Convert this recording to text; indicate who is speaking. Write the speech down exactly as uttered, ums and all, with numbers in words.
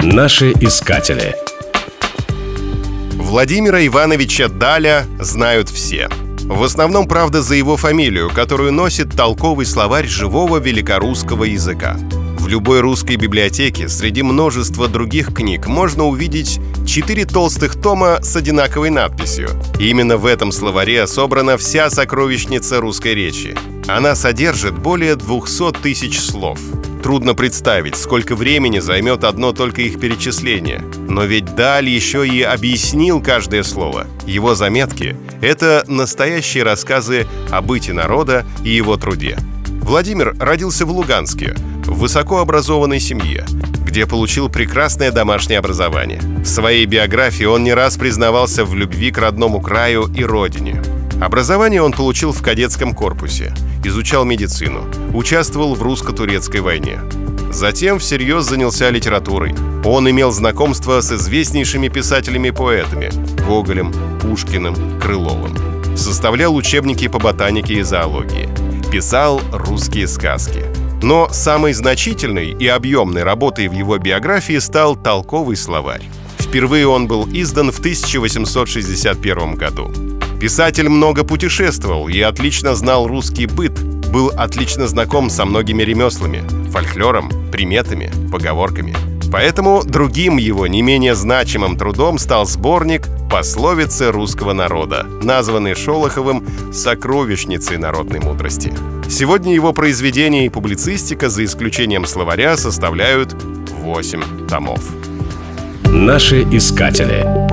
Speaker 1: Наши искатели.
Speaker 2: Владимира Ивановича Даля знают все. В основном, правда, за его фамилию, которую носит толковый словарь живого великорусского языка. В любой русской библиотеке среди множества других книг можно увидеть четыре толстых тома с одинаковой надписью. И именно в этом словаре собрана вся сокровищница русской речи. Она содержит более двухсот тысяч слов. Трудно представить, сколько времени займет одно только их перечисление. Но ведь Даль еще и объяснил каждое слово. Его заметки — это настоящие рассказы о быте народа и его труде. Владимир родился в Луганске, в высокообразованной семье, где получил прекрасное домашнее образование. В своей биографии он не раз признавался в любви к родному краю и родине. Образование он получил в кадетском корпусе, изучал медицину, участвовал в русско-турецкой войне. Затем всерьез занялся литературой. Он имел знакомство с известнейшими писателями и поэтами – Гоголем, Пушкиным, Крыловым. Составлял учебники по ботанике и зоологии. Писал русские сказки. Но самой значительной и объемной работой в его биографии стал толковый словарь. Впервые он был издан в тысяча восемьсот шестьдесят первом году. Писатель много путешествовал и отлично знал русский быт, был отлично знаком со многими ремеслами, фольклором, приметами, поговорками. Поэтому другим его не менее значимым трудом стал сборник «Пословицы русского народа», названный Шолоховым «Сокровищницей народной мудрости». Сегодня его произведения и публицистика, за исключением словаря, составляют восемь томов.
Speaker 1: Наши искатели.